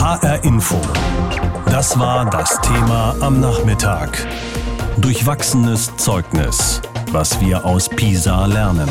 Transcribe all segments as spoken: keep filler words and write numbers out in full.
H R Info. Das war das Thema am Nachmittag. Durchwachsenes Zeugnis. Was wir aus Pisa lernen.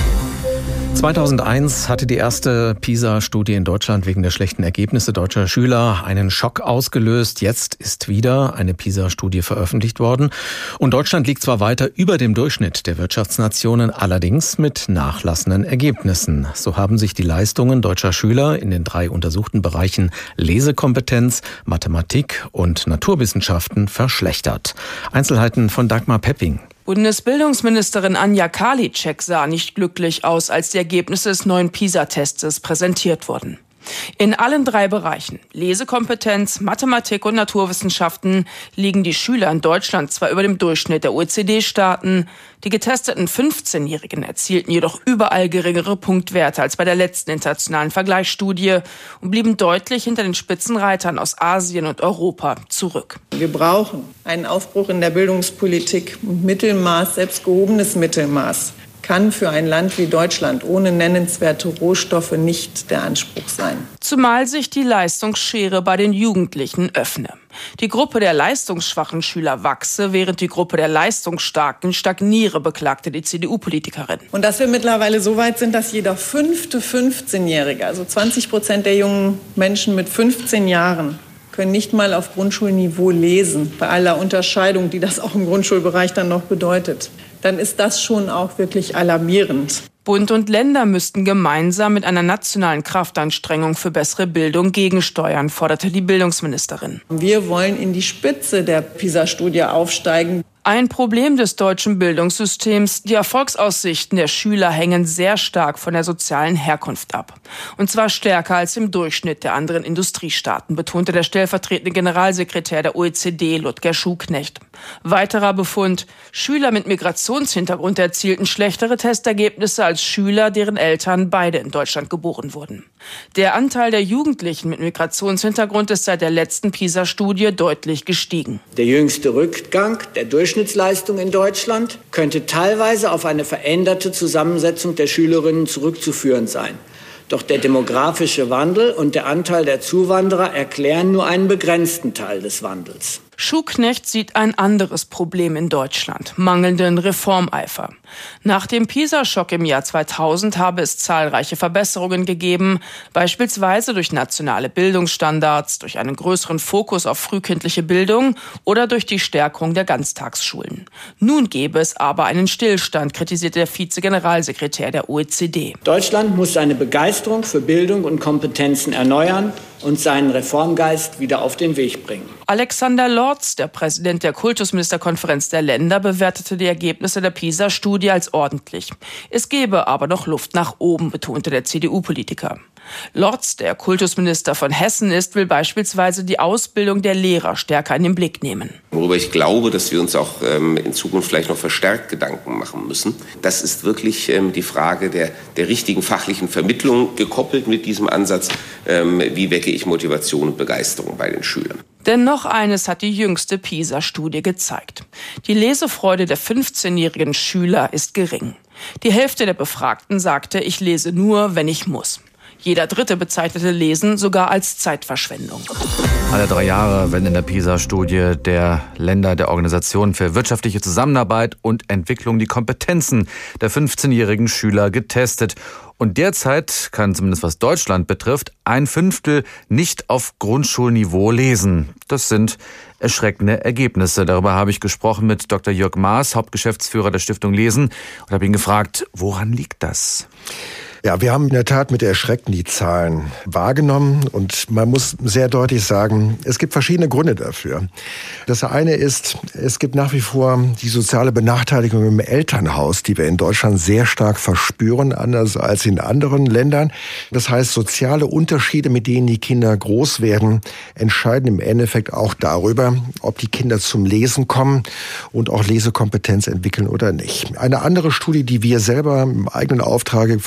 zweitausendeins hatte die erste PISA-Studie in Deutschland wegen der schlechten Ergebnisse deutscher Schüler einen Schock ausgelöst. Jetzt ist wieder eine PISA-Studie veröffentlicht worden. Und Deutschland liegt zwar weiter über dem Durchschnitt der Wirtschaftsnationen, allerdings mit nachlassenden Ergebnissen. So haben sich die Leistungen deutscher Schüler in den drei untersuchten Bereichen Lesekompetenz, Mathematik und Naturwissenschaften verschlechtert. Einzelheiten von Dagmar Pepping. Bundesbildungsministerin Anja Karliczek sah nicht glücklich aus, als die Ergebnisse des neuen PISA-Tests präsentiert wurden. In allen drei Bereichen, Lesekompetenz, Mathematik und Naturwissenschaften, liegen die Schüler in Deutschland zwar über dem Durchschnitt der O E C D-Staaten, die getesteten fünfzehnjährigen erzielten jedoch überall geringere Punktwerte als bei der letzten internationalen Vergleichsstudie und blieben deutlich hinter den Spitzenreitern aus Asien und Europa zurück. Wir brauchen einen Aufbruch in der Bildungspolitik und Mittelmaß, selbst gehobenes Mittelmaß, kann für ein Land wie Deutschland ohne nennenswerte Rohstoffe nicht der Anspruch sein. Zumal sich die Leistungsschere bei den Jugendlichen öffne. Die Gruppe der leistungsschwachen Schüler wachse, während die Gruppe der leistungsstarken stagniere, beklagte die C D U-Politikerin. Und dass wir mittlerweile so weit sind, dass jeder fünfte fünfzehnjährige, also zwanzig Prozent der jungen Menschen mit fünfzehn Jahren, können nicht mal auf Grundschulniveau lesen, bei aller Unterscheidung, die das auch im Grundschulbereich dann noch bedeutet, dann ist das schon auch wirklich alarmierend. Bund und Länder müssten gemeinsam mit einer nationalen Kraftanstrengung für bessere Bildung gegensteuern, forderte die Bildungsministerin. Wir wollen in die Spitze der PISA-Studie aufsteigen. Ein Problem des deutschen Bildungssystems, die Erfolgsaussichten der Schüler hängen sehr stark von der sozialen Herkunft ab. Und zwar stärker als im Durchschnitt der anderen Industriestaaten, betonte der stellvertretende Generalsekretär der O E C D, Ludger Schuknecht. Weiterer Befund: Schüler mit Migrationshintergrund erzielten schlechtere Testergebnisse als Schüler, deren Eltern beide in Deutschland geboren wurden. Der Anteil der Jugendlichen mit Migrationshintergrund ist seit der letzten PISA-Studie deutlich gestiegen. Der jüngste Rückgang der Durchschnittsleistung in Deutschland könnte teilweise auf eine veränderte Zusammensetzung der Schülerinnen zurückzuführen sein. Doch der demografische Wandel und der Anteil der Zuwanderer erklären nur einen begrenzten Teil des Wandels. Schuknecht sieht ein anderes Problem in Deutschland: mangelnden Reformeifer. Nach dem PISA-Schock im Jahr zweitausend habe es zahlreiche Verbesserungen gegeben, beispielsweise durch nationale Bildungsstandards, durch einen größeren Fokus auf frühkindliche Bildung oder durch die Stärkung der Ganztagsschulen. Nun gebe es aber einen Stillstand, kritisierte der Vize-Generalsekretär der O E C D. Deutschland muss seine Begeisterung für Bildung und Kompetenzen erneuern und seinen Reformgeist wieder auf den Weg bringen. Alexander Lorz, der Präsident der Kultusministerkonferenz der Länder, bewertete die Ergebnisse der PISA-Studie als ordentlich. Es gebe aber noch Luft nach oben, betonte der C D U-Politiker. Lorz, der Kultusminister von Hessen ist, will beispielsweise die Ausbildung der Lehrer stärker in den Blick nehmen. Worüber ich glaube, dass wir uns auch ähm, in Zukunft vielleicht noch verstärkt Gedanken machen müssen, das ist wirklich ähm, die Frage der, der richtigen fachlichen Vermittlung, gekoppelt mit diesem Ansatz, ähm, wie wecke ich Motivation und Begeisterung bei den Schülern. Denn noch eines hat die jüngste PISA-Studie gezeigt: Die Lesefreude der fünfzehnjährigen Schüler ist gering. Die Hälfte der Befragten sagte, ich lese nur, wenn ich muss. Jeder Dritte bezeichnete Lesen sogar als Zeitverschwendung. Alle drei Jahre werden in der PISA-Studie der Länder der Organisation für wirtschaftliche Zusammenarbeit und Entwicklung die Kompetenzen der fünfzehnjährigen Schüler getestet. Und derzeit kann, zumindest was Deutschland betrifft, ein Fünftel nicht auf Grundschulniveau lesen. Das sind erschreckende Ergebnisse. Darüber habe ich gesprochen mit Doktor Jörg Maas, Hauptgeschäftsführer der Stiftung Lesen, und habe ihn gefragt, woran liegt das? Ja, wir haben in der Tat mit Erschrecken die Zahlen wahrgenommen und man muss sehr deutlich sagen, es gibt verschiedene Gründe dafür. Das eine ist, es gibt nach wie vor die soziale Benachteiligung im Elternhaus, die wir in Deutschland sehr stark verspüren, anders als in anderen Ländern. Das heißt, soziale Unterschiede, mit denen die Kinder groß werden, entscheiden im Endeffekt auch darüber, ob die Kinder zum Lesen kommen und auch Lesekompetenz entwickeln oder nicht. Eine andere Studie, die wir selber im eigenen Auftrag vor einiger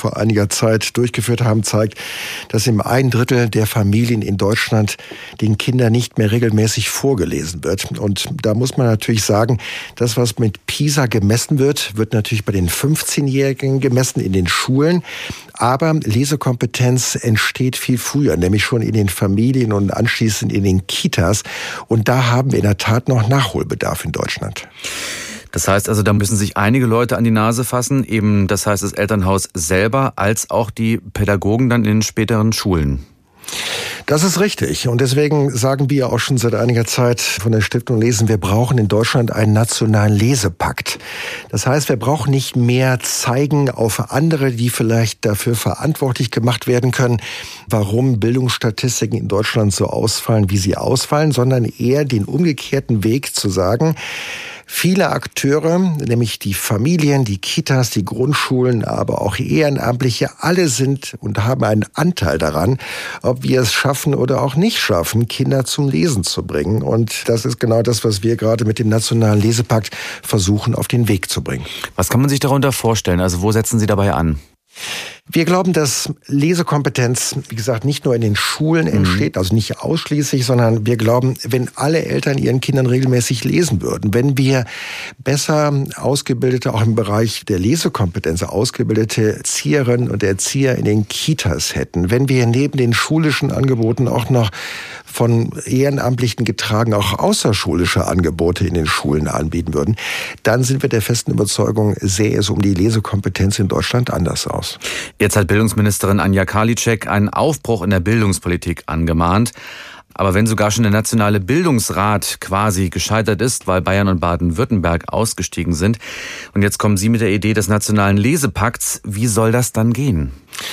einiger Zeit durchgeführt haben, zeigt, dass im ein Drittel der Familien in Deutschland den Kindern nicht mehr regelmäßig vorgelesen wird. Und da muss man natürlich sagen, das, was mit PISA gemessen wird, wird natürlich bei den fünfzehnjährigen gemessen in den Schulen. Aber Lesekompetenz entsteht viel früher, nämlich schon in den Familien und anschließend in den Kitas. Und da haben wir in der Tat noch Nachholbedarf in Deutschland. Das heißt also, da müssen sich einige Leute an die Nase fassen, eben das heißt das Elternhaus selber, als auch die Pädagogen dann in den späteren Schulen. Das ist richtig. Und deswegen sagen wir auch schon seit einiger Zeit von der Stiftung Lesen, wir brauchen in Deutschland einen nationalen Lesepakt. Das heißt, wir brauchen nicht mehr zeigen auf andere, die vielleicht dafür verantwortlich gemacht werden können, warum Bildungsstatistiken in Deutschland so ausfallen, wie sie ausfallen, sondern eher den umgekehrten Weg zu sagen, viele Akteure, nämlich die Familien, die Kitas, die Grundschulen, aber auch Ehrenamtliche, alle sind und haben einen Anteil daran, ob wir es schaffen oder auch nicht schaffen, Kinder zum Lesen zu bringen. Und das ist genau das, was wir gerade mit dem Nationalen Lesepakt versuchen, auf den Weg zu bringen. Was kann man sich darunter vorstellen? Also wo setzen Sie dabei an? Wir glauben, dass Lesekompetenz, wie gesagt, nicht nur in den Schulen entsteht, also nicht ausschließlich, sondern wir glauben, wenn alle Eltern ihren Kindern regelmäßig lesen würden, wenn wir besser ausgebildete, auch im Bereich der Lesekompetenz, ausgebildete Erzieherinnen und Erzieher in den Kitas hätten, wenn wir neben den schulischen Angeboten auch noch von Ehrenamtlichen getragen auch außerschulische Angebote in den Schulen anbieten würden, dann sind wir der festen Überzeugung, sähe es um die Lesekompetenz in Deutschland anders aus. Jetzt hat Bildungsministerin Anja Karliczek einen Aufbruch in der Bildungspolitik angemahnt. Aber wenn sogar schon der Nationale Bildungsrat quasi gescheitert ist, weil Bayern und Baden-Württemberg ausgestiegen sind, und jetzt kommen Sie mit der Idee des Nationalen Lesepakts, wie soll das dann gehen?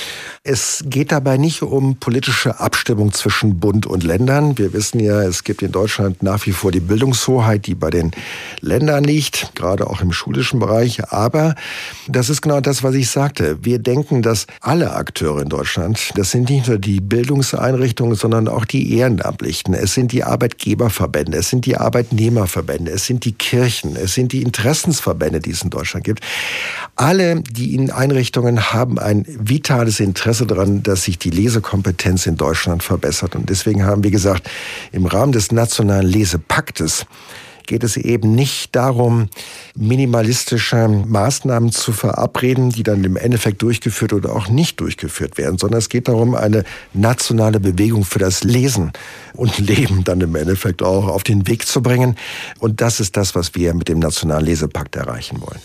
Es geht dabei nicht um politische Abstimmung zwischen Bund und Ländern. Wir wissen ja, es gibt in Deutschland nach wie vor die Bildungshoheit, die bei den Ländern liegt, gerade auch im schulischen Bereich. Aber das ist genau das, was ich sagte. Wir denken, dass alle Akteure in Deutschland, das sind nicht nur die Bildungseinrichtungen, sondern auch die Ehrenamtlichen. Es sind die Arbeitgeberverbände, es sind die Arbeitnehmerverbände, es sind die Kirchen, es sind die Interessensverbände, die es in Deutschland gibt. Alle, die in Einrichtungen haben ein vitales Interesse daran, dass sich die Lesekompetenz in Deutschland verbessert. Und deswegen haben wir gesagt, im Rahmen des Nationalen Lesepaktes geht es eben nicht darum, minimalistische Maßnahmen zu verabreden, die dann im Endeffekt durchgeführt oder auch nicht durchgeführt werden, sondern es geht darum, eine nationale Bewegung für das Lesen und Leben dann im Endeffekt auch auf den Weg zu bringen. Und das ist das, was wir mit dem Nationalen Lesepakt erreichen wollen.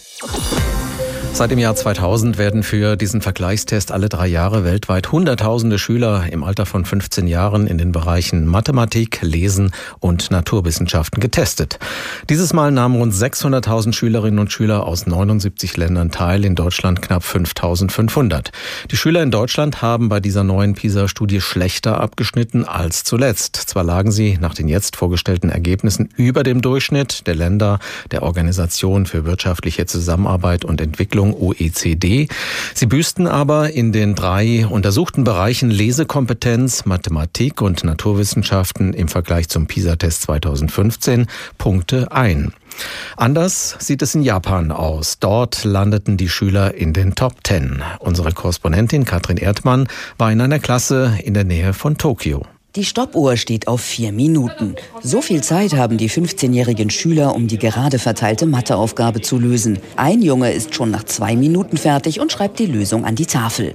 Seit dem Jahr zweitausend werden für diesen Vergleichstest alle drei Jahre weltweit Hunderttausende Schüler im Alter von fünfzehn Jahren in den Bereichen Mathematik, Lesen und Naturwissenschaften getestet. Dieses Mal nahmen rund sechshunderttausend Schülerinnen und Schüler aus neunundsiebzig Ländern teil, in Deutschland knapp fünftausendfünfhundert. Die Schüler in Deutschland haben bei dieser neuen PISA-Studie schlechter abgeschnitten als zuletzt. Zwar lagen sie nach den jetzt vorgestellten Ergebnissen über dem Durchschnitt der Länder der Organisation für wirtschaftliche Zusammenarbeit und Entwicklung O E C D. Sie büßten aber in den drei untersuchten Bereichen Lesekompetenz, Mathematik und Naturwissenschaften im Vergleich zum PISA-Test zweitausendfünfzehn Punkte ein. Anders sieht es in Japan aus. Dort landeten die Schüler in den Top Ten. Unsere Korrespondentin Katrin Erdmann war in einer Klasse in der Nähe von Tokio. Die Stoppuhr steht auf vier Minuten. So viel Zeit haben die fünfzehnjährigen Schüler, um die gerade verteilte Matheaufgabe zu lösen. Ein Junge ist schon nach zwei Minuten fertig und schreibt die Lösung an die Tafel.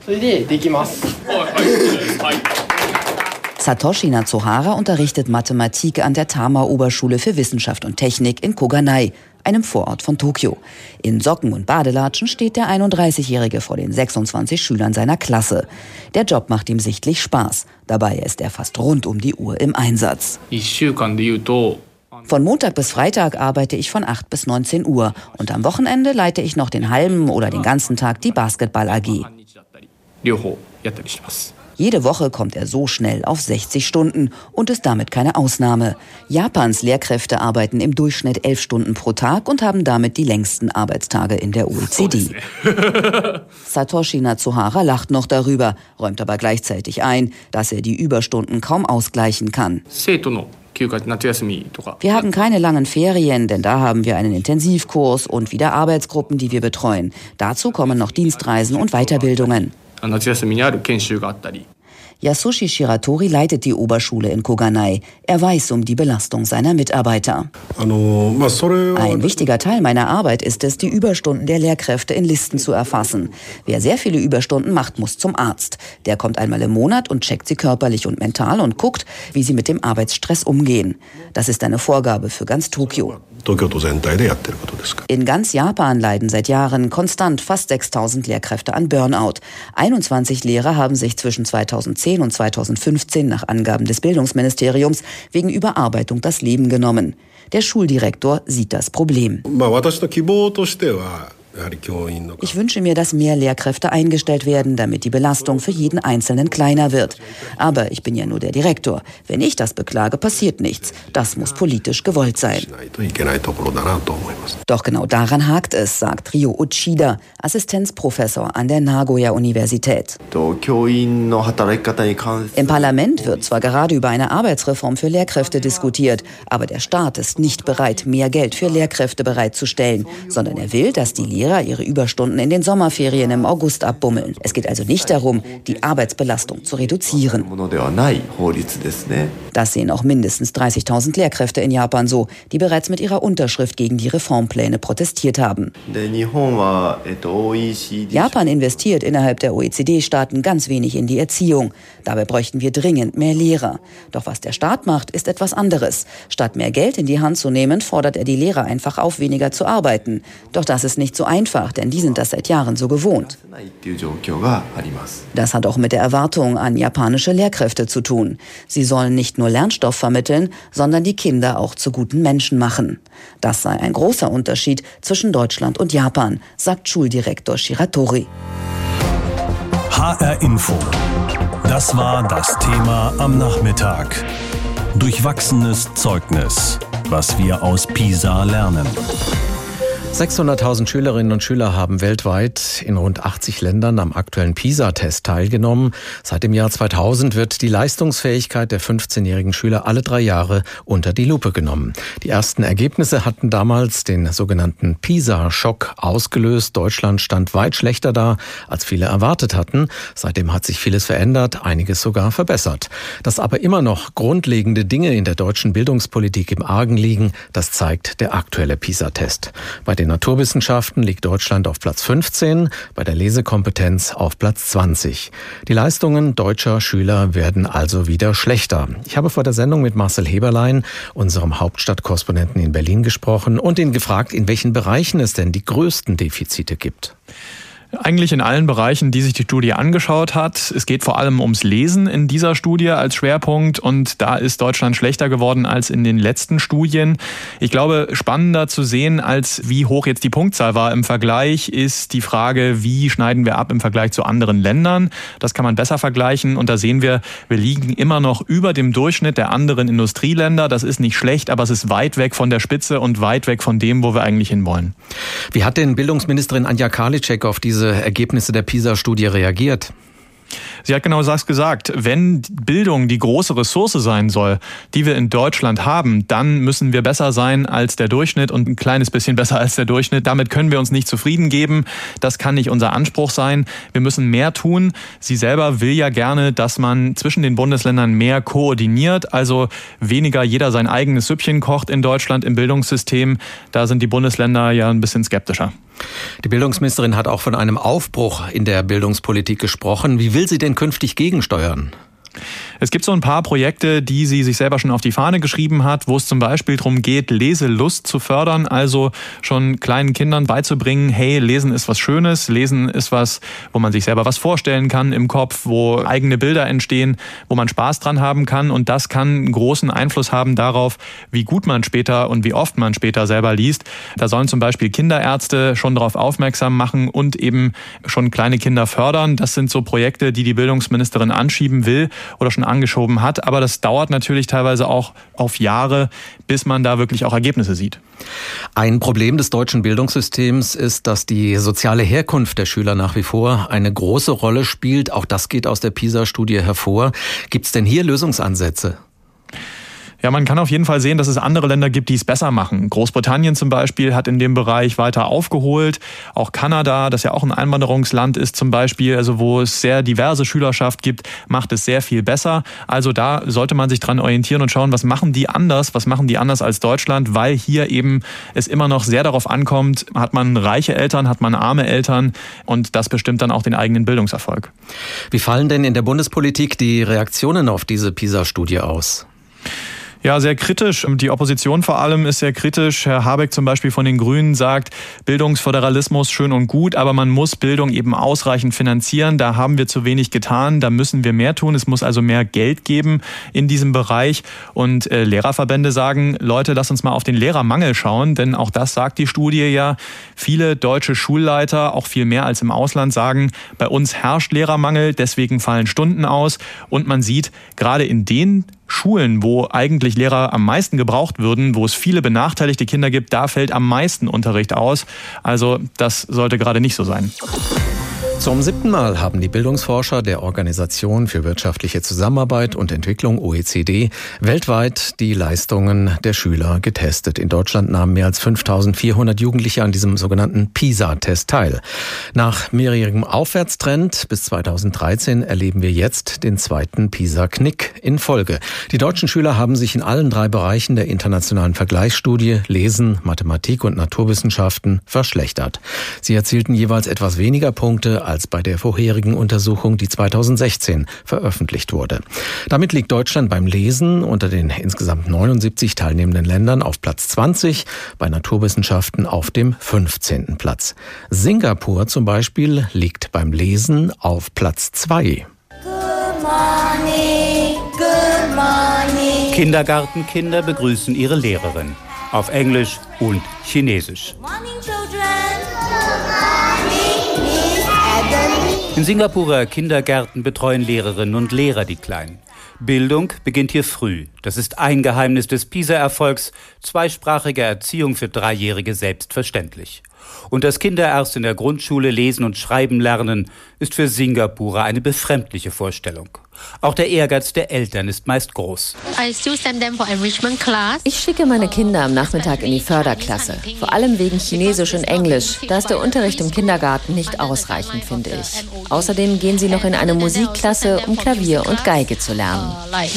Satoshi Natsuhara unterrichtet Mathematik an der Tama-Oberschule für Wissenschaft und Technik in Koganai, einem Vorort von Tokio. In Socken und Badelatschen steht der einunddreißigjährige vor den sechsundzwanzig Schülern seiner Klasse. Der Job macht ihm sichtlich Spaß. Dabei ist er fast rund um die Uhr im Einsatz. Von Montag bis Freitag arbeite ich von acht bis neunzehn Uhr und am Wochenende leite ich noch den halben oder den ganzen Tag die Basketball-A G. Jede Woche kommt er so schnell auf sechzig Stunden und ist damit keine Ausnahme. Japans Lehrkräfte arbeiten im Durchschnitt elf Stunden pro Tag und haben damit die längsten Arbeitstage in der O E C D. Satoshi Natsuhara lacht noch darüber, räumt aber gleichzeitig ein, dass er die Überstunden kaum ausgleichen kann. Wir haben keine langen Ferien, denn da haben wir einen Intensivkurs und wieder Arbeitsgruppen, die wir betreuen. Dazu kommen noch Dienstreisen und Weiterbildungen. Yasushi Shiratori leitet die Oberschule in Koganai. Er weiß um die Belastung seiner Mitarbeiter. Ein wichtiger Teil meiner Arbeit ist es, die Überstunden der Lehrkräfte in Listen zu erfassen. Wer sehr viele Überstunden macht, muss zum Arzt. Der kommt einmal im Monat und checkt sie körperlich und mental und guckt, wie sie mit dem Arbeitsstress umgehen. Das ist eine Vorgabe für ganz Tokio. In ganz Japan leiden seit Jahren konstant fast sechstausend Lehrkräfte an Burnout. einundzwanzig Lehrer haben sich zwischen zweitausendzehn und zweitausendfünfzehn nach Angaben des Bildungsministeriums wegen Überarbeitung das Leben genommen. Der Schuldirektor sieht das Problem. Ich wünsche mir, dass mehr Lehrkräfte eingestellt werden, damit die Belastung für jeden Einzelnen kleiner wird. Aber ich bin ja nur der Direktor. Wenn ich das beklage, passiert nichts. Das muss politisch gewollt sein. Doch genau daran hakt es, sagt Ryo Uchida, Assistenzprofessor an der Nagoya-Universität. Im Parlament wird zwar gerade über eine Arbeitsreform für Lehrkräfte diskutiert, aber der Staat ist nicht bereit, mehr Geld für Lehrkräfte bereitzustellen, sondern er will, dass die Lehrer ihre Überstunden in den Sommerferien im August abbummeln. Es geht also nicht darum, die Arbeitsbelastung zu reduzieren. Das sehen auch mindestens dreißigtausend Lehrkräfte in Japan so, die bereits mit ihrer Unterschrift gegen die Reformpläne protestiert haben. Japan investiert innerhalb der O E C D-Staaten ganz wenig in die Erziehung. Dabei bräuchten wir dringend mehr Lehrer. Doch was der Staat macht, ist etwas anderes. Statt mehr Geld in die Hand zu nehmen, fordert er die Lehrer einfach auf, weniger zu arbeiten. Doch das ist nicht so einfach, denn die sind das seit Jahren so gewohnt. Das hat auch mit der Erwartung an japanische Lehrkräfte zu tun. Sie sollen nicht nur Lernstoff vermitteln, sondern die Kinder auch zu guten Menschen machen. Das sei ein großer Unterschied zwischen Deutschland und Japan, sagt Schuldirektor Shiratori. H R Info. Das war das Thema am Nachmittag. Durchwachsenes Zeugnis. Was wir aus Pisa lernen. sechshunderttausend Schülerinnen und Schüler haben weltweit in rund achtzig Ländern am aktuellen PISA-Test teilgenommen. Seit dem Jahr zweitausend wird die Leistungsfähigkeit der fünfzehnjährigen Schüler alle drei Jahre unter die Lupe genommen. Die ersten Ergebnisse hatten damals den sogenannten PISA-Schock ausgelöst. Deutschland stand weit schlechter da, als viele erwartet hatten. Seitdem hat sich vieles verändert, einiges sogar verbessert. Dass aber immer noch grundlegende Dinge in der deutschen Bildungspolitik im Argen liegen, das zeigt der aktuelle PISA-Test. Bei den Naturwissenschaften liegt Deutschland auf Platz fünfzehn, bei der Lesekompetenz auf Platz zwanzig. Die Leistungen deutscher Schüler werden also wieder schlechter. Ich habe vor der Sendung mit Marcel Heberlein, unserem Hauptstadtkorrespondenten in Berlin, gesprochen und ihn gefragt, in welchen Bereichen es denn die größten Defizite gibt. Eigentlich in allen Bereichen, die sich die Studie angeschaut hat. Es geht vor allem ums Lesen in dieser Studie als Schwerpunkt und da ist Deutschland schlechter geworden als in den letzten Studien. Ich glaube, spannender zu sehen, als wie hoch jetzt die Punktzahl war im Vergleich, ist die Frage, wie schneiden wir ab im Vergleich zu anderen Ländern. Das kann man besser vergleichen und da sehen wir, wir liegen immer noch über dem Durchschnitt der anderen Industrieländer. Das ist nicht schlecht, aber es ist weit weg von der Spitze und weit weg von dem, wo wir eigentlich hinwollen. Wie hat denn Bildungsministerin Anja Karliczek auf diese Ergebnisse der PISA-Studie reagiert? Sie hat genau das gesagt. Wenn Bildung die große Ressource sein soll, die wir in Deutschland haben, dann müssen wir besser sein als der Durchschnitt und ein kleines bisschen besser als der Durchschnitt. Damit können wir uns nicht zufrieden geben. Das kann nicht unser Anspruch sein. Wir müssen mehr tun. Sie selber will ja gerne, dass man zwischen den Bundesländern mehr koordiniert, also weniger jeder sein eigenes Süppchen kocht in Deutschland im Bildungssystem. Da sind die Bundesländer ja ein bisschen skeptischer. Die Bildungsministerin hat auch von einem Aufbruch in der Bildungspolitik gesprochen. Wie will sie denn künftig gegensteuern? Es gibt so ein paar Projekte, die sie sich selber schon auf die Fahne geschrieben hat, wo es zum Beispiel darum geht, Leselust zu fördern, also schon kleinen Kindern beizubringen, hey, Lesen ist was Schönes, Lesen ist was, wo man sich selber was vorstellen kann im Kopf, wo eigene Bilder entstehen, wo man Spaß dran haben kann und das kann einen großen Einfluss haben darauf, wie gut man später und wie oft man später selber liest. Da sollen zum Beispiel Kinderärzte schon darauf aufmerksam machen und eben schon kleine Kinder fördern. Das sind so Projekte, die die Bildungsministerin anschieben will oder schon angeschoben hat. Aber das dauert natürlich teilweise auch auf Jahre, bis man da wirklich auch Ergebnisse sieht. Ein Problem des deutschen Bildungssystems ist, dass die soziale Herkunft der Schüler nach wie vor eine große Rolle spielt. Auch das geht aus der PISA-Studie hervor. Gibt es denn hier Lösungsansätze? Ja, man kann auf jeden Fall sehen, dass es andere Länder gibt, die es besser machen. Großbritannien zum Beispiel hat in dem Bereich weiter aufgeholt. Auch Kanada, das ja auch ein Einwanderungsland ist zum Beispiel, also wo es sehr diverse Schülerschaft gibt, macht es sehr viel besser. Also da sollte man sich dran orientieren und schauen, was machen die anders, was machen die anders als Deutschland, weil hier eben es immer noch sehr darauf ankommt, hat man reiche Eltern, hat man arme Eltern und das bestimmt dann auch den eigenen Bildungserfolg. Wie fallen denn in der Bundespolitik die Reaktionen auf diese PISA-Studie aus? Ja, sehr kritisch. Die Opposition vor allem ist sehr kritisch. Herr Habeck zum Beispiel von den Grünen sagt, Bildungsföderalismus schön und gut, aber man muss Bildung eben ausreichend finanzieren. Da haben wir zu wenig getan, da müssen wir mehr tun. Es muss also mehr Geld geben in diesem Bereich. Und äh, Lehrerverbände sagen, Leute, lasst uns mal auf den Lehrermangel schauen, denn auch das sagt die Studie ja. Viele deutsche Schulleiter, auch viel mehr als im Ausland, sagen, bei uns herrscht Lehrermangel, deswegen fallen Stunden aus. Und man sieht, gerade in den Schulen, wo eigentlich Lehrer am meisten gebraucht würden, wo es viele benachteiligte Kinder gibt, da fällt am meisten Unterricht aus. Also das sollte gerade nicht so sein. Zum siebten Mal haben die Bildungsforscher der Organisation für wirtschaftliche Zusammenarbeit und Entwicklung O E C D weltweit die Leistungen der Schüler getestet. In Deutschland nahmen mehr als fünftausendvierhundert Jugendliche an diesem sogenannten PISA-Test teil. Nach mehrjährigem Aufwärtstrend bis zweitausenddreizehn erleben wir jetzt den zweiten PISA-Knick in Folge. Die deutschen Schüler haben sich in allen drei Bereichen der internationalen Vergleichsstudie Lesen, Mathematik und Naturwissenschaften verschlechtert. Sie erzielten jeweils etwas weniger Punkte als bei der vorherigen Untersuchung, die zweitausendsechzehn veröffentlicht wurde. Damit liegt Deutschland beim Lesen unter den insgesamt neunundsiebzig teilnehmenden Ländern auf Platz zwanzig, bei Naturwissenschaften auf dem fünfzehnten Platz. Singapur zum Beispiel liegt beim Lesen auf Platz zwei. Good morning, good morning. Kindergartenkinder begrüßen ihre Lehrerin auf Englisch und Chinesisch. Morning, children. In Singapurer Kindergärten betreuen Lehrerinnen und Lehrer die Kleinen. Bildung beginnt hier früh. Das ist ein Geheimnis des PISA-Erfolgs. Zweisprachige Erziehung für Dreijährige selbstverständlich. Und dass Kinder erst in der Grundschule lesen und schreiben lernen, ist für Singapurer eine befremdliche Vorstellung. Auch der Ehrgeiz der Eltern ist meist groß. Ich schicke meine Kinder am Nachmittag in die Förderklasse. Vor allem wegen Chinesisch und Englisch. Da ist der Unterricht im Kindergarten nicht ausreichend, finde ich. Außerdem gehen sie noch in eine Musikklasse, um Klavier und Geige zu lernen.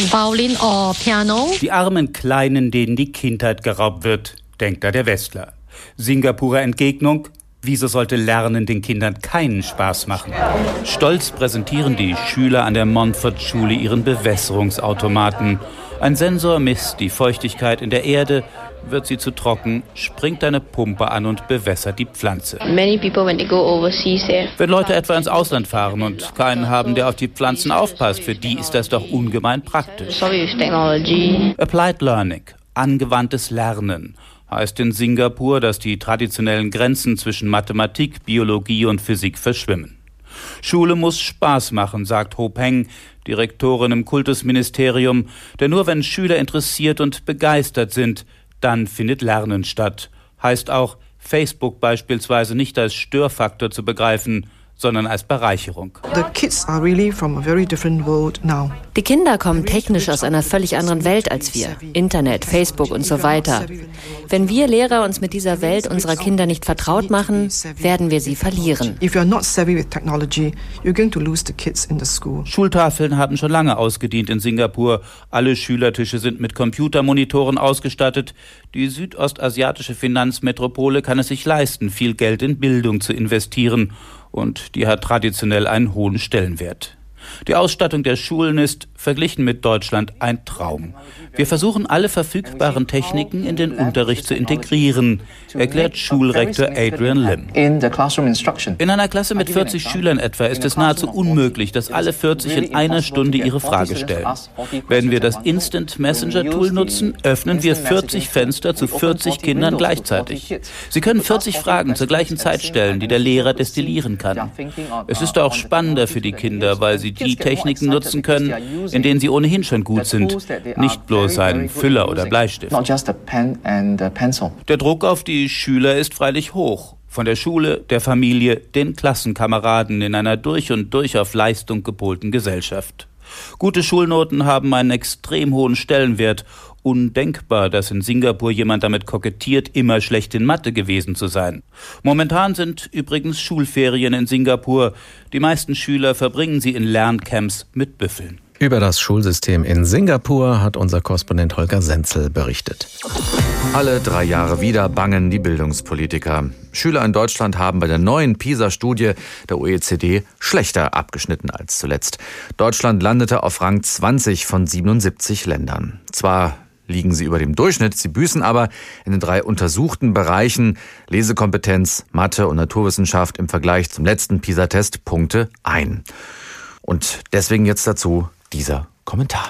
Die armen Kleinen, denen die Kindheit geraubt wird, denkt da der Westler. Singapurer Entgegnung: Wieso sollte Lernen den Kindern keinen Spaß machen? Stolz präsentieren die Schüler an der Montfort-Schule ihren Bewässerungsautomaten. Ein Sensor misst die Feuchtigkeit in der Erde. Wird sie zu trocken, springt eine Pumpe an und bewässert die Pflanze. Wenn Leute etwa ins Ausland fahren und keinen haben, der auf die Pflanzen aufpasst, für die ist das doch ungemein praktisch. Applied Learning, angewandtes Lernen, heißt in Singapur, dass die traditionellen Grenzen zwischen Mathematik, Biologie und Physik verschwimmen. Schule muss Spaß machen, sagt Ho Peng, Direktorin im Kultusministerium, denn nur wenn Schüler interessiert und begeistert sind, dann findet Lernen statt. Heißt auch, Facebook beispielsweise nicht als Störfaktor zu begreifen, sondern als Bereicherung. Die Kinder kommen technisch aus einer völlig anderen Welt als wir. Internet, Facebook und so weiter. Wenn wir Lehrer uns mit dieser Welt unserer Kinder nicht vertraut machen, werden wir sie verlieren. Schultafeln haben schon lange ausgedient in Singapur. Alle Schülertische sind mit Computermonitoren ausgestattet. Die südostasiatische Finanzmetropole kann es sich leisten, viel Geld in Bildung zu investieren. Und die hat traditionell einen hohen Stellenwert. Die Ausstattung der Schulen ist, verglichen mit Deutschland, ein Traum. Wir versuchen, alle verfügbaren Techniken in den Unterricht zu integrieren, erklärt Schulrektor Adrian Lim. In einer Klasse mit vierzig Schülern etwa ist es nahezu unmöglich, dass alle vierzig in einer Stunde ihre Frage stellen. Wenn wir das Instant Messenger Tool nutzen, öffnen wir vierzig Fenster zu vierzig Kindern gleichzeitig. Sie können vierzig Fragen zur gleichen Zeit stellen, die der Lehrer destillieren kann. Es ist auch spannender für die Kinder, weil sie die Techniken nutzen können, in denen sie ohnehin schon gut sind, nicht bloß ein Füller oder Bleistift. Der Druck auf die Schüler ist freilich hoch. Von der Schule, der Familie, den Klassenkameraden in einer durch und durch auf Leistung gepolten Gesellschaft. Gute Schulnoten haben einen extrem hohen Stellenwert. Undenkbar, dass in Singapur jemand damit kokettiert, immer schlecht in Mathe gewesen zu sein. Momentan sind übrigens Schulferien in Singapur. Die meisten Schüler verbringen sie in Lerncamps mit Büffeln. Über das Schulsystem in Singapur hat unser Korrespondent Holger Senzel berichtet. Alle drei Jahre wieder bangen die Bildungspolitiker. Schüler in Deutschland haben bei der neuen PISA-Studie der O E C D schlechter abgeschnitten als zuletzt. Deutschland landete auf Rang zwanzig von siebenundsiebzig Ländern. Zwar liegen sie über dem Durchschnitt, sie büßen aber in den drei untersuchten Bereichen Lesekompetenz, Mathe und Naturwissenschaft im Vergleich zum letzten PISA-Test Punkte ein. Und deswegen jetzt dazu dieser Kommentar.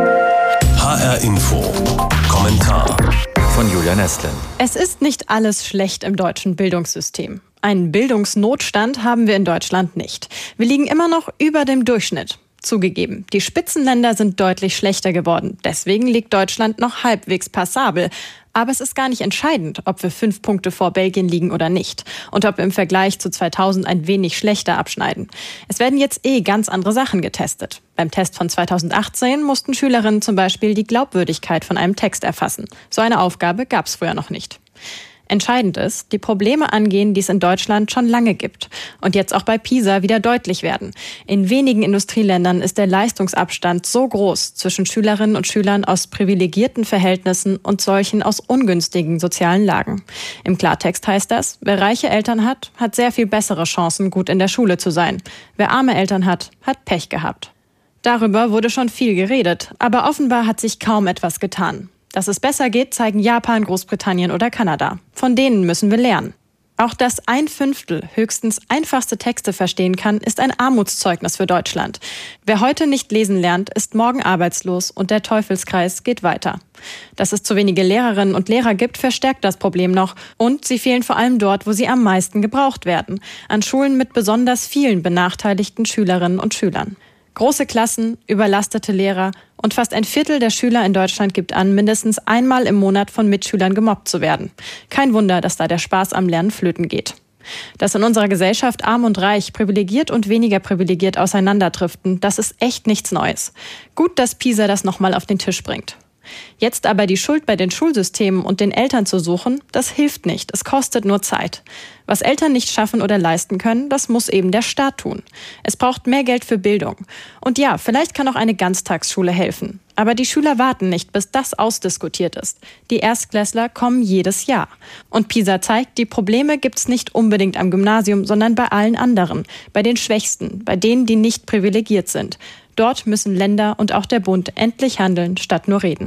H R Info. Kommentar von Julia Nestlin. Es ist nicht alles schlecht im deutschen Bildungssystem. Einen Bildungsnotstand haben wir in Deutschland nicht. Wir liegen immer noch über dem Durchschnitt. Zugegeben, die Spitzenländer sind deutlich schlechter geworden. Deswegen liegt Deutschland noch halbwegs passabel. Aber es ist gar nicht entscheidend, ob wir fünf Punkte vor Belgien liegen oder nicht. Und ob wir im Vergleich zu zweitausend ein wenig schlechter abschneiden. Es werden jetzt eh ganz andere Sachen getestet. Beim Test von zweitausendachtzehn mussten Schülerinnen zum Beispiel die Glaubwürdigkeit von einem Text erfassen. So eine Aufgabe gab es früher noch nicht. Entscheidend ist, die Probleme angehen, die es in Deutschland schon lange gibt und jetzt auch bei PISA wieder deutlich werden. In wenigen Industrieländern ist der Leistungsabstand so groß zwischen Schülerinnen und Schülern aus privilegierten Verhältnissen und solchen aus ungünstigen sozialen Lagen. Im Klartext heißt das, wer reiche Eltern hat, hat sehr viel bessere Chancen, gut in der Schule zu sein. Wer arme Eltern hat, hat Pech gehabt. Darüber wurde schon viel geredet, aber offenbar hat sich kaum etwas getan. Dass es besser geht, zeigen Japan, Großbritannien oder Kanada. Von denen müssen wir lernen. Auch dass ein Fünftel höchstens einfachste Texte verstehen kann, ist ein Armutszeugnis für Deutschland. Wer heute nicht lesen lernt, ist morgen arbeitslos und der Teufelskreis geht weiter. Dass es zu wenige Lehrerinnen und Lehrer gibt, verstärkt das Problem noch. Und sie fehlen vor allem dort, wo sie am meisten gebraucht werden. An Schulen mit besonders vielen benachteiligten Schülerinnen und Schülern. Große Klassen, überlastete Lehrer und fast ein Viertel der Schüler in Deutschland gibt an, mindestens einmal im Monat von Mitschülern gemobbt zu werden. Kein Wunder, dass da der Spaß am Lernen flöten geht. Dass in unserer Gesellschaft arm und reich, privilegiert und weniger privilegiert auseinanderdriften, das ist echt nichts Neues. Gut, dass PISA das nochmal auf den Tisch bringt. Jetzt aber die Schuld bei den Schulsystemen und den Eltern zu suchen, das hilft nicht, es kostet nur Zeit. Was Eltern nicht schaffen oder leisten können, das muss eben der Staat tun. Es braucht mehr Geld für Bildung. Und ja, vielleicht kann auch eine Ganztagsschule helfen. Aber die Schüler warten nicht, bis das ausdiskutiert ist. Die Erstklässler kommen jedes Jahr. Und PISA zeigt, die Probleme gibt's nicht unbedingt am Gymnasium, sondern bei allen anderen. Bei den Schwächsten, bei denen, die nicht privilegiert sind. Dort müssen Länder und auch der Bund endlich handeln, statt nur reden.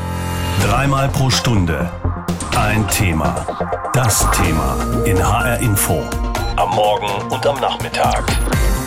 Dreimal pro Stunde ein Thema. Das Thema in H R Info. Am Morgen und am Nachmittag.